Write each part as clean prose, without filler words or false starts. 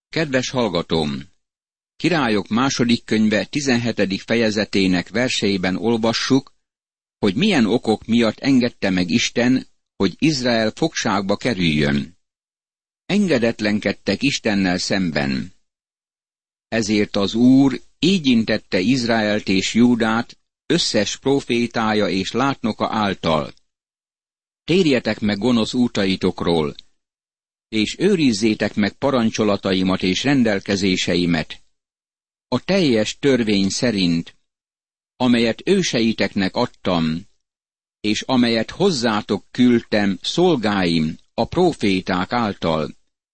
Kedves hallgatóm! Királyok második könyve 17. fejezetének verseiben olvassuk, hogy milyen okok miatt engedte meg Isten, hogy Izrael fogságba kerüljön. Engedetlenkedtek Istennel szemben. Ezért az Úr így intette Izraelt és Júdát összes prófétája és látnoka által. Térjetek meg gonosz útaitokról, és őrizzétek meg parancsolataimat és rendelkezéseimet, a teljes törvény szerint, amelyet őseiteknek adtam, és amelyet hozzátok küldtem szolgáim, a próféták által.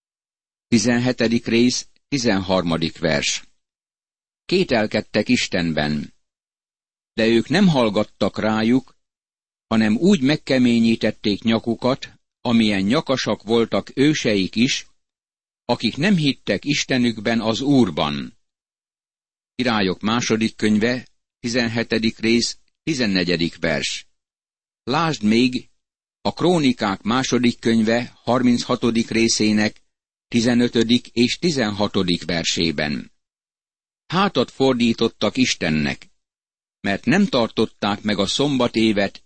17. rész, 13. vers. Kételkedtek Istenben, de ők nem hallgattak rájuk, hanem úgy megkeményítették nyakukat, amilyen nyakasak voltak őseik is, akik nem hittek Istenükben, az Úrban. Királyok második könyve, 17. rész, 14. vers. Lásd még a Krónikák második könyve 36. részének 15. és 16. versében. Hátat fordítottak Istennek, mert nem tartották meg a szombatévet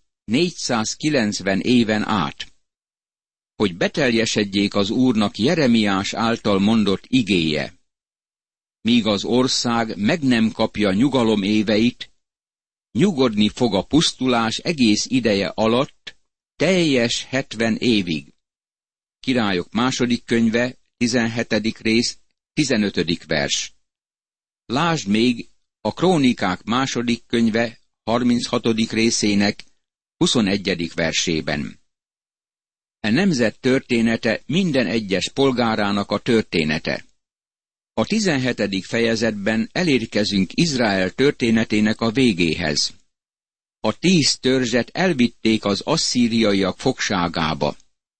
490 éven át, hogy beteljesedjék az Úrnak Jeremiás által mondott igéje. Míg az ország meg nem kapja nyugalom éveit, nyugodni fog a pusztulás egész ideje alatt, teljes 70 évig. Királyok második könyve, 17. rész, 15. vers. Lásd még a Krónikák második könyve, 36. részének 21. versében. E nemzet története minden egyes polgárának a története. A 17. fejezetben elérkezünk Izrael történetének a végéhez. A 10 törzset elvitték az asszíriaiak fogságába.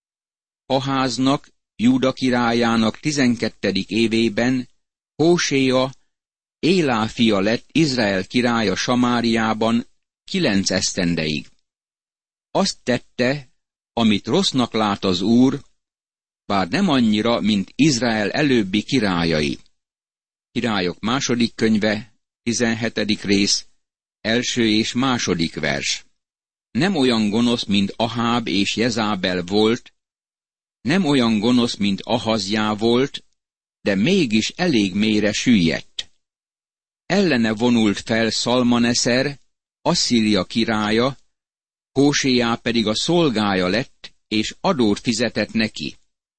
Aháznak, Júda királyának 12. évében Hóséa, Élá fia lett Izrael királya Samáriában 9 esztendeig. Azt tette, amit rossznak lát az Úr, bár nem annyira, mint Izrael előbbi királyai. Királyok második könyve, 17. rész, első és második vers. Nem olyan gonosz, mint Aháb és Jezábel volt, nem olyan gonosz, mint Ahazjá volt, de mégis elég mélyre süllyedt. Ellene vonult fel Szalmaneszer, Asszíria királya, Hóséá pedig a szolgája lett, és adót fizetett neki.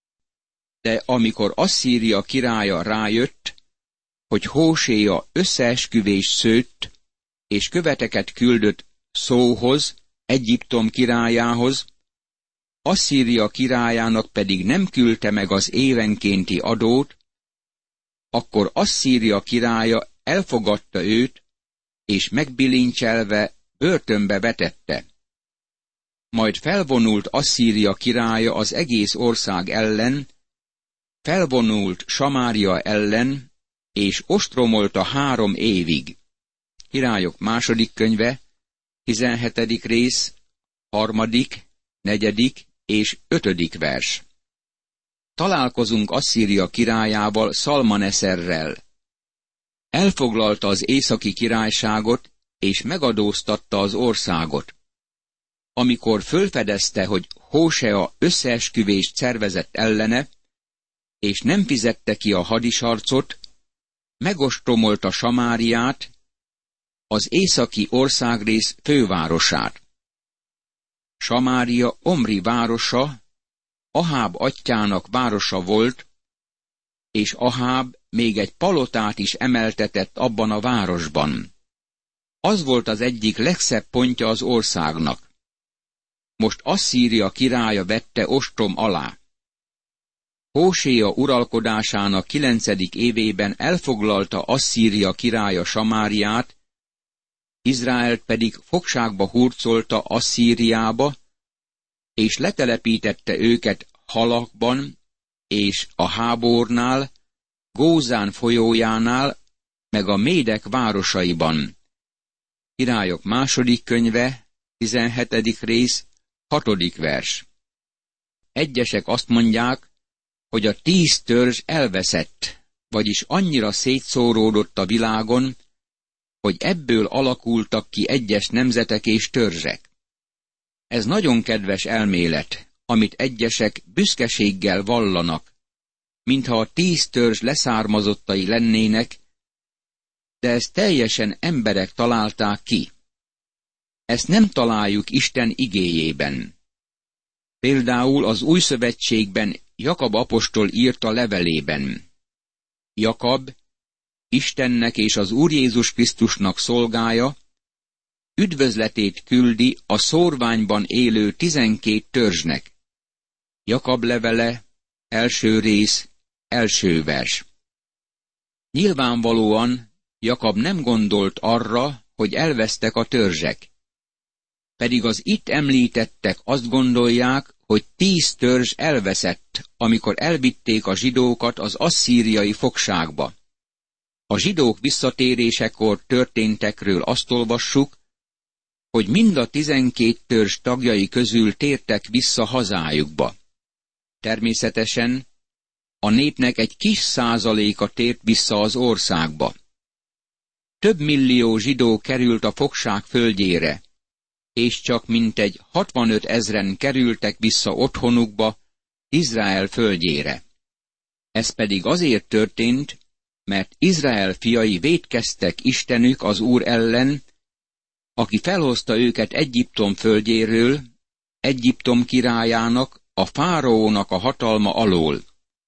De amikor Asszíria királya rájött, hogy Hóséa összeesküvést szőtt, és követeket küldött Szóhoz, Egyiptom királyához, Asszíria királyának pedig nem küldte meg az évenkénti adót, akkor Asszíria királya elfogadta őt, és megbilincselve börtönbe vetette. Majd felvonult Asszíria királya az egész ország ellen, felvonult Samária ellen, és ostromolta 3 évig. Királyok második könyve, 17. rész, 3., 4. és 5. vers. Találkozunk Asszíria királyával, Szalmaneszerrel. Elfoglalta az északi királyságot, és megadóztatta az országot. Amikor fölfedezte, hogy Hósea összeesküvést szervezett ellene, és nem fizette ki a hadisarcot, megostromolta Samáriát, az északi országrész fővárosát. Samária Omri városa, Aháb atyjának városa volt, és Aháb még egy palotát is emeltetett abban a városban. Az volt az egyik legszebb pontja az országnak. Most Asszíria királya vette ostrom alá. Hóséa uralkodásának 9. évében elfoglalta Asszíria királya Samáriát, Izraelt pedig fogságba hurcolta Asszíriába, és letelepítette őket Halakban és a Hábornál, Gózán folyójánál, meg a Médek városaiban. Királyok második könyve, 17. rész, 6. vers. Egyesek azt mondják, hogy a 10 törzs elveszett, vagyis annyira szétszóródott a világon, hogy ebből alakultak ki egyes nemzetek és törzsek. Ez nagyon kedves elmélet, amit egyesek büszkeséggel vallanak, mintha a 10 törzs leszármazottai lennének, de ezt teljesen emberek találták ki. Ezt nem találjuk Isten igéjében. Például az Új Szövetségben Jakab apostol írta levelében. Jakab, Istennek és az Úr Jézus Krisztusnak szolgája, üdvözletét küldi a szórványban élő 12 törzsnek. Jakab levele, első rész, első vers. Nyilvánvalóan Jakab nem gondolt arra, hogy elvesztek a törzsek. Pedig az itt említettek azt gondolják, hogy 10 törzs elveszett, amikor elvitték a zsidókat az asszíriai fogságba. A zsidók visszatérésekor történtekről azt olvassuk, hogy mind a 12 törzs tagjai közül tértek vissza hazájukba. Természetesen a népnek egy kis százaléka tért vissza az országba. Több millió zsidó került a fogság földjére, és csak mintegy 65 000 kerültek vissza otthonukba, Izrael földjére. Ez pedig azért történt, mert Izrael fiai vétkeztek Istenük az Úr ellen, aki felhozta őket Egyiptom földjéről, Egyiptom királyának, a fáraónak a hatalma alól.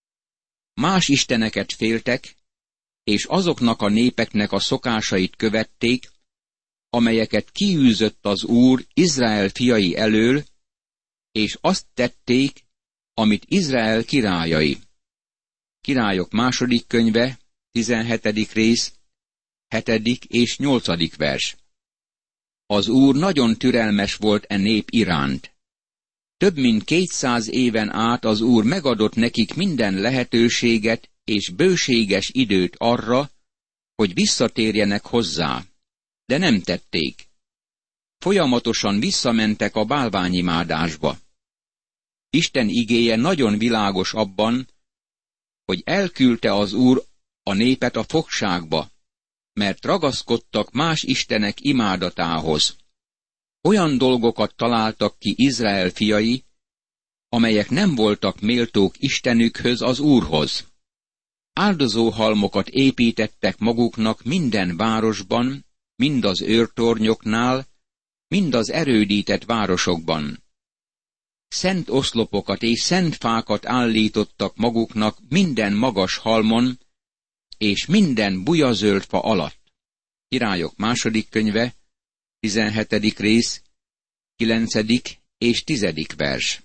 Más isteneket féltek, és azoknak a népeknek a szokásait követték, amelyeket kiűzött az Úr Izrael fiai elől, és azt tették, amit Izrael királyai. Királyok második könyve, 17. rész, 7. és 8. vers. Az Úr nagyon türelmes volt e nép iránt. Több mint 200 éven át az Úr megadott nekik minden lehetőséget és bőséges időt arra, hogy visszatérjenek hozzá, de nem tették. Folyamatosan visszamentek a bálványimádásba. Isten igéje nagyon világos abban, hogy elküldte az Úr a népet a fogságba, mert ragaszkodtak más istenek imádatához. Olyan dolgokat találtak ki Izrael fiai, amelyek nem voltak méltók Istenükhöz, az Úrhoz. Áldozóhalmokat építettek maguknak minden városban, mind az őrtornyoknál, mind az erődített városokban. Szent oszlopokat és szent fákat állítottak maguknak minden magas halmon, és minden bujazöld fa alatt. Királyok második könyve, 17. rész, 9. és 10. vers.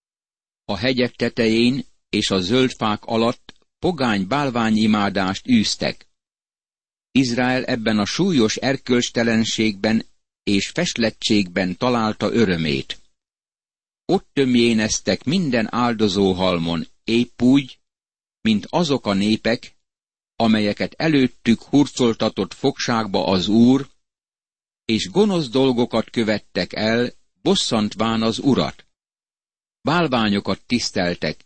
A hegyek tetején és a zöld fák alatt pogány bálványimádást űztek. Izrael ebben a súlyos erkölcstelenségben és festlettségben találta örömét. Ott tömjéneztek minden áldozóhalmon, épp úgy, mint azok a népek, amelyeket előttük hurcoltatott fogságba az Úr, és gonosz dolgokat követtek el, bosszantván az Urat. Bálványokat tiszteltek,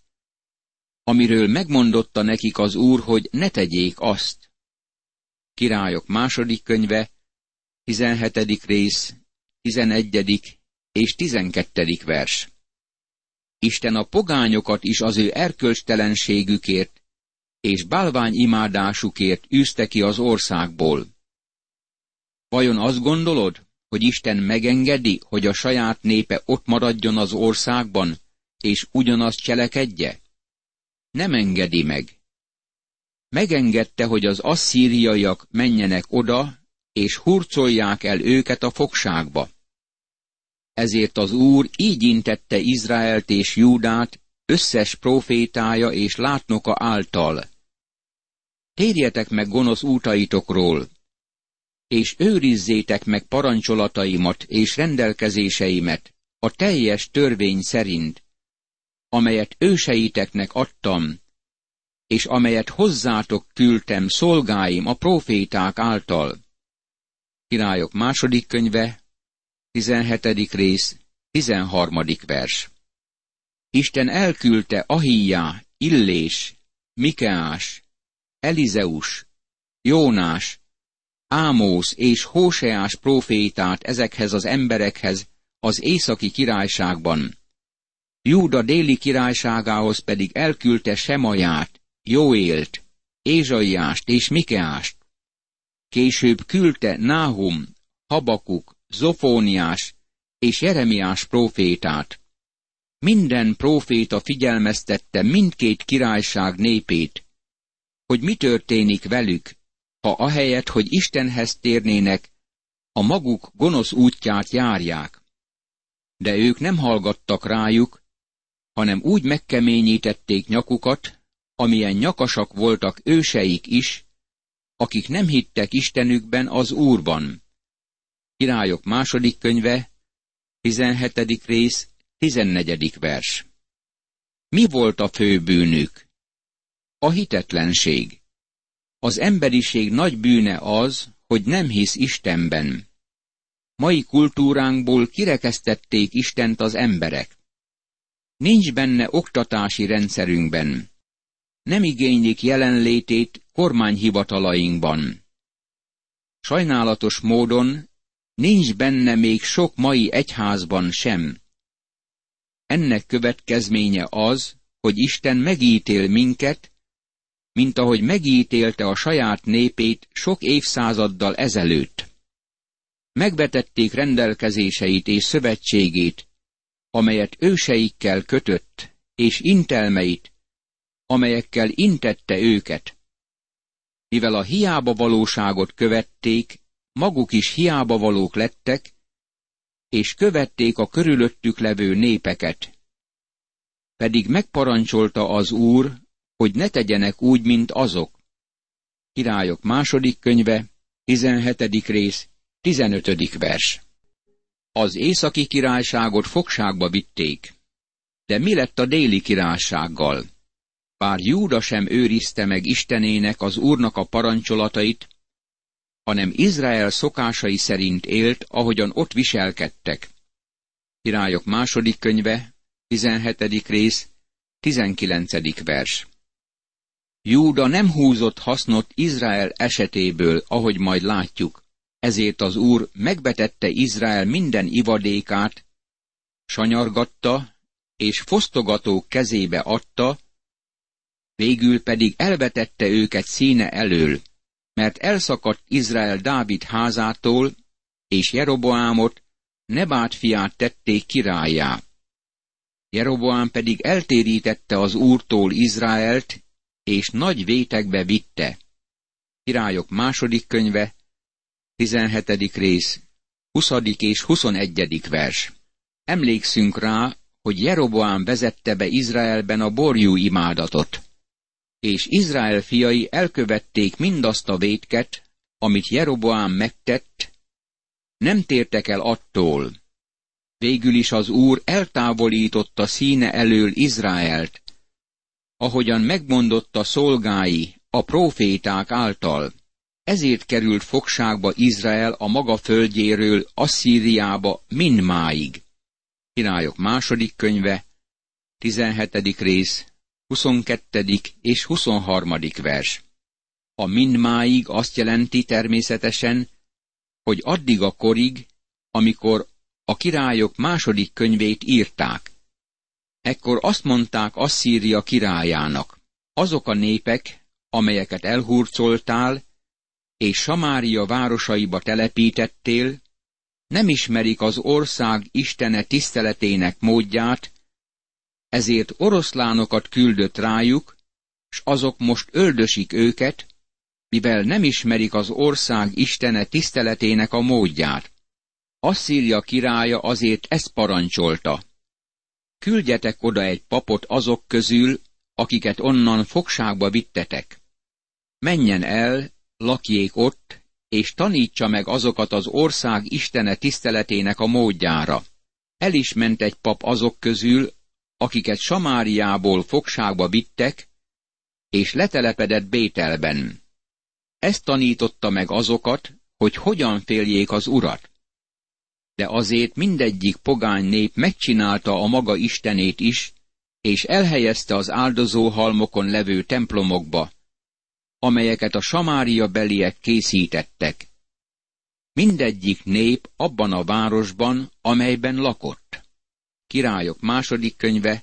amiről megmondotta nekik az Úr, hogy ne tegyék azt. Királyok második könyve, 17. rész, 11. és 12. vers. Isten a pogányokat is az ő erkölcstelenségükért és bálványimádásukért űzte ki az országból. Vajon azt gondolod, hogy Isten megengedi, hogy a saját népe ott maradjon az országban, és ugyanazt cselekedje? Nem engedi meg. Megengedte, hogy az asszíriaiak menjenek oda, és hurcolják el őket a fogságba. Ezért az Úr így intette Izraelt és Júdát összes prófétája és látnoka által. Térjetek meg gonosz útaitokról, és őrizzétek meg parancsolataimat és rendelkezéseimet a teljes törvény szerint, amelyet őseiteknek adtam, és amelyet hozzátok küldtem szolgáim a próféták által. Királyok második könyve, 17. rész, 13. vers. Isten elküldte Ahijá, Illés, Mikeás, Elizeus, Jónás, Ámósz és Hóseás prófétát ezekhez az emberekhez az északi királyságban. Júda déli királyságához pedig elküldte Semaját, Jóélt, Ézsaiást és Mikeást. Később küldte Náhum, Habakuk, Zofóniás és Jeremiás prófétát. Minden próféta figyelmeztette mindkét királyság népét, hogy mi történik velük, ha ahelyett, hogy Istenhez térnének, a maguk gonosz útját járják. De ők nem hallgattak rájuk, hanem úgy megkeményítették nyakukat, amilyen nyakasak voltak őseik is, akik nem hittek Istenükben, az Úrban. Királyok második könyve, 17. rész, 14. vers. Mi volt a fő bűnük? A hitetlenség. Az emberiség nagy bűne az, hogy nem hisz Istenben. Mai kultúránkból kirekesztették Istent az emberek. Nincs benne oktatási rendszerünkben. Nem igénylik jelenlétét kormányhivatalainkban. Sajnálatos módon nincs benne még sok mai egyházban sem. Ennek következménye az, hogy Isten megítél minket, mint ahogy megítélte a saját népét sok évszázaddal ezelőtt. Megvetették rendelkezéseit és szövetségét, amelyet őseikkel kötött, és intelmeit, amelyekkel intette őket. Mivel a hiába valóságot követték, maguk is hiába valók lettek, és követték a körülöttük levő népeket. Pedig megparancsolta az Úr, hogy ne tegyenek úgy, mint azok. Királyok második könyve, 17. rész, 15. vers. Az északi királyságot fogságba vitték. De mi lett a déli királysággal? Bár Júda sem őrizte meg Istenének, az Úrnak a parancsolatait, hanem Izrael szokásai szerint élt, ahogyan ott viselkedtek. Királyok második könyve, 17. rész, 19. vers. Júda nem húzott hasznot Izrael esetéből, ahogy majd látjuk, ezért az Úr megvetette Izrael minden ivadékát, sanyargatta és fosztogatók kezébe adta, végül pedig elvetette őket színe elől, mert elszakadt Izrael Dávid házától, és Jeroboámot, Nebát fiát tették királlyá. Jeroboám pedig eltérítette az Úrtól Izraelt, és nagy vétekbe vitte. Királyok második könyve, 17. rész, 20. és 21. vers. Emlékszünk rá, hogy Jeroboám vezette be Izraelben a borjú imádatot, és Izrael fiai elkövették mindazt a vétket, amit Jeroboám megtett, nem tértek el attól. Végül is az Úr eltávolította színe elől Izraelt, ahogyan megmondotta szolgái, a próféták által. Ezért került fogságba Izrael a maga földjéről Asszíriába mindmáig. Királyok második könyve, 17. rész, 22. és 23. vers. A mindmáig azt jelenti természetesen, hogy addig a korig, amikor a Királyok második könyvét írták. Ekkor azt mondták Asszíria királyának: azok a népek, amelyeket elhurcoltál, és Samária városaiba telepítettél, nem ismerik az ország Istene tiszteletének módját, ezért oroszlánokat küldött rájuk, s azok most öldösik őket, mivel nem ismerik az ország Istene tiszteletének a módját. Asszíria királya azért ezt parancsolta: küldjetek oda egy papot azok közül, akiket onnan fogságba vittetek. Menjen el, lakjék ott, és tanítsa meg azokat az ország Istene tiszteletének a módjára. El is ment egy pap azok közül, akiket Samáriából fogságba vittek, és letelepedett Bételben. Ezt tanította meg azokat, hogy hogyan féljék az Urat. De azért mindegyik pogány nép megcsinálta a maga istenét is, és elhelyezte az áldozóhalmokon levő templomokba, amelyeket a Samária beliek készítettek. Mindegyik nép abban a városban, amelyben lakott. Királyok második könyve,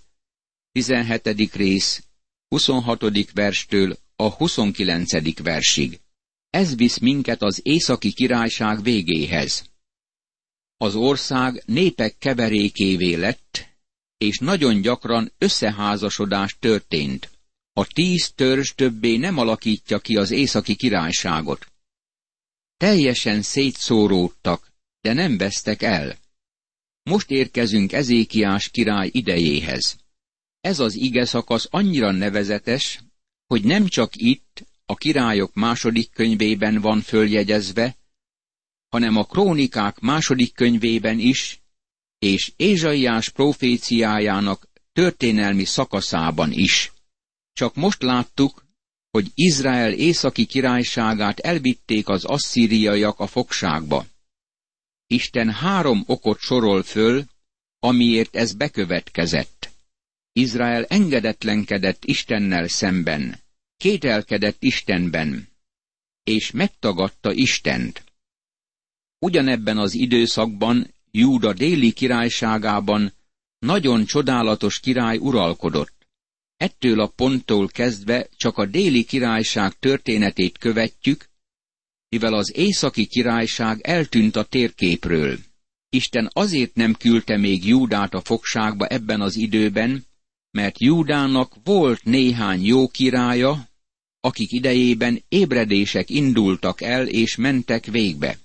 17. rész, 26. verstől a 29. versig. Ez visz minket az északi királyság végéhez. Az ország népek keverékévé lett, és nagyon gyakran összeházasodás történt. A 10 törzs többé nem alakítja ki az északi királyságot. Teljesen szétszóródtak, de nem vesztek el. Most érkezünk Ezékiás király idejéhez. Ez az ige szakasz annyira nevezetes, hogy nem csak itt, a Királyok második könyvében van följegyezve, hanem a Krónikák második könyvében is, és Ézsaiás proféciájának történelmi szakaszában is. Csak most láttuk, hogy Izrael északi királyságát elvitték az asszíriaiak a fogságba. Isten 3 okot sorol föl, amiért ez bekövetkezett. Izrael engedetlenkedett Istennel szemben, kételkedett Istenben, és megtagadta Istent. Ugyanebben az időszakban Júda déli királyságában nagyon csodálatos király uralkodott. Ettől a ponttól kezdve csak a déli királyság történetét követjük, mivel az északi királyság eltűnt a térképről. Isten azért nem küldte még Júdát a fogságba ebben az időben, mert Júdának volt néhány jó királya, akik idejében ébredések indultak el és mentek végbe.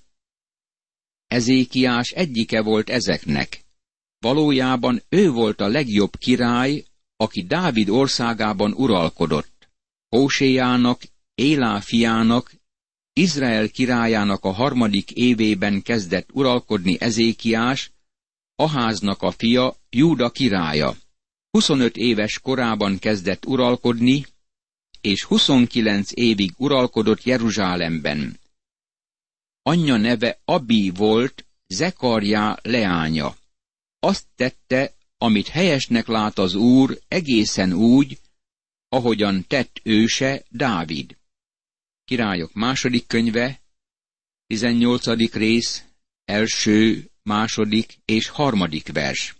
Ezékiás egyike volt ezeknek. Valójában ő volt a legjobb király, aki Dávid országában uralkodott. Hóséjának, Élá fiának, Izrael királyának a 3. évében kezdett uralkodni Ezékiás, Aháznak a fia, Júda királya. 25 éves korában kezdett uralkodni, és 29 évig uralkodott Jeruzsálemben. Anyja neve Abi volt, Zekarjá leánya. Azt tette, amit helyesnek lát az Úr, egészen úgy, ahogyan tett őse, Dávid. Királyok második könyve, 18. rész, 1., 2. és 3. vers.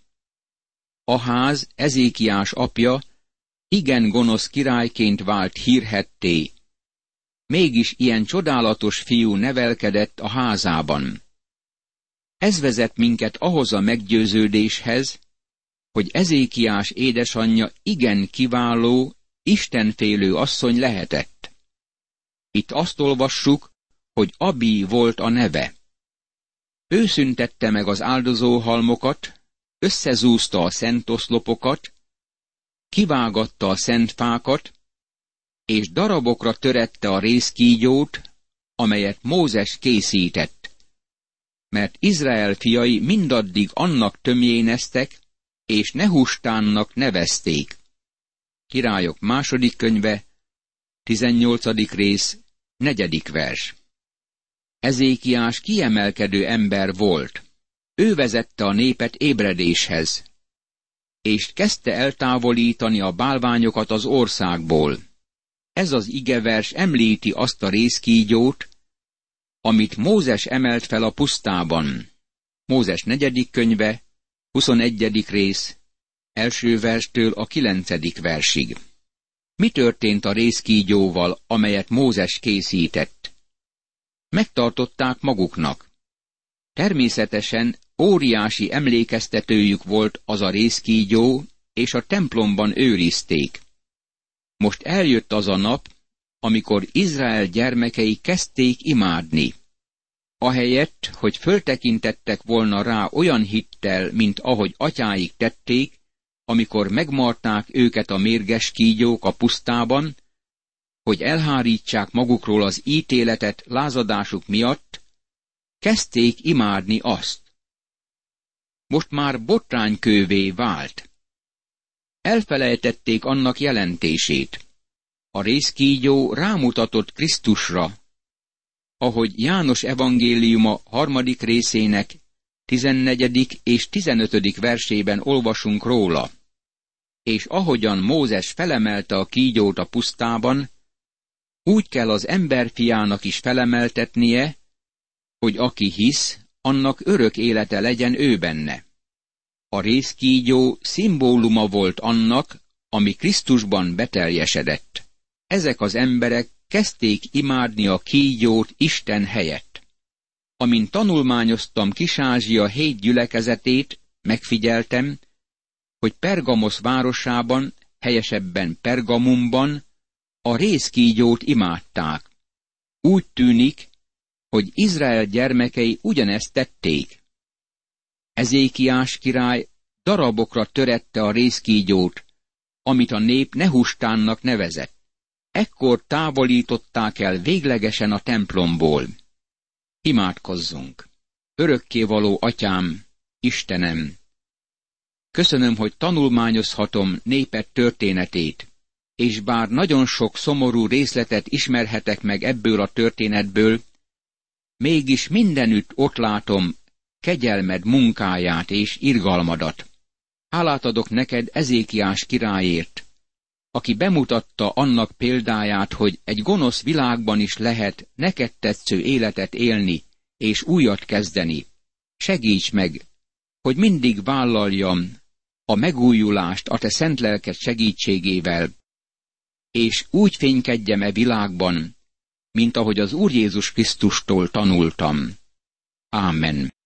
Aház, Ezékiás apja, igen gonosz királyként vált hírhedté. Mégis ilyen csodálatos fiú nevelkedett a házában. Ez vezet minket ahhoz a meggyőződéshez, hogy Ezékiás édesanyja igen kiváló, istenfélő asszony lehetett. Itt azt olvassuk, hogy Abi volt a neve. Ő szüntette meg az áldozóhalmokat, összezúzta a szent oszlopokat, kivágatta a szent fákat, és darabokra törette a rézkígyót, amelyet Mózes készített. Mert Izrael fiai mindaddig annak tömjéneztek, és Nehustánnak nevezték. Királyok második könyve, 18. rész, 4. vers. Ezékiás kiemelkedő ember volt. Ő vezette a népet ébredéshez, és kezdte eltávolítani a bálványokat az országból. Ez az igevers említi azt a rézkígyót, amit Mózes emelt fel a pusztában. Mózes 4. könyve, 21. rész, 1. verstől a 9. versig. Mi történt a rézkígyóval, amelyet Mózes készített? Megtartották maguknak. Természetesen óriási emlékeztetőjük volt az a rézkígyó, és a templomban őrizték. Most eljött az a nap, amikor Izrael gyermekei kezdték imádni. Ahelyett, hogy föltekintettek volna rá olyan hittel, mint ahogy atyáik tették, amikor megmarták őket a mérges kígyók a pusztában, hogy elhárítsák magukról az ítéletet lázadásuk miatt, kezdték imádni azt. Most már botránykővé vált. Elfelejtették annak jelentését. A rézkígyó rámutatott Krisztusra, ahogy János evangéliuma 3. részének 14. és 15. versében olvasunk róla. És ahogyan Mózes felemelte a kígyót a pusztában, úgy kell az emberfiának is felemeltetnie, hogy aki hisz, annak örök élete legyen ő benne. A rézkígyó szimbóluma volt annak, ami Krisztusban beteljesedett. Ezek az emberek kezdték imádni a kígyót Isten helyett. Amint tanulmányoztam Kis-Ázsia 7 gyülekezetét, megfigyeltem, hogy Pergamosz városában, helyesebben Pergamumban a rézkígyót imádták. Úgy tűnik, hogy Izrael gyermekei ugyanezt tették. Ezékiás király darabokra törette a rézkígyót, amit a nép Nehustánnak nevezett. Ekkor távolították el véglegesen a templomból. Imádkozzunk! Örökkévaló Atyám, Istenem! Köszönöm, hogy tanulmányozhatom néped történetét, és bár nagyon sok szomorú részletet ismerhetek meg ebből a történetből, mégis mindenütt ott látom kegyelmed munkáját és irgalmadat. Hálát adok neked Ezékiás királyért, aki bemutatta annak példáját, hogy egy gonosz világban is lehet neked tetsző életet élni és újat kezdeni. Segíts meg, hogy mindig vállaljam a megújulást a te szent lelked segítségével, és úgy fénykedjem e világban, mint ahogy az Úr Jézus Krisztustól tanultam. Ámen.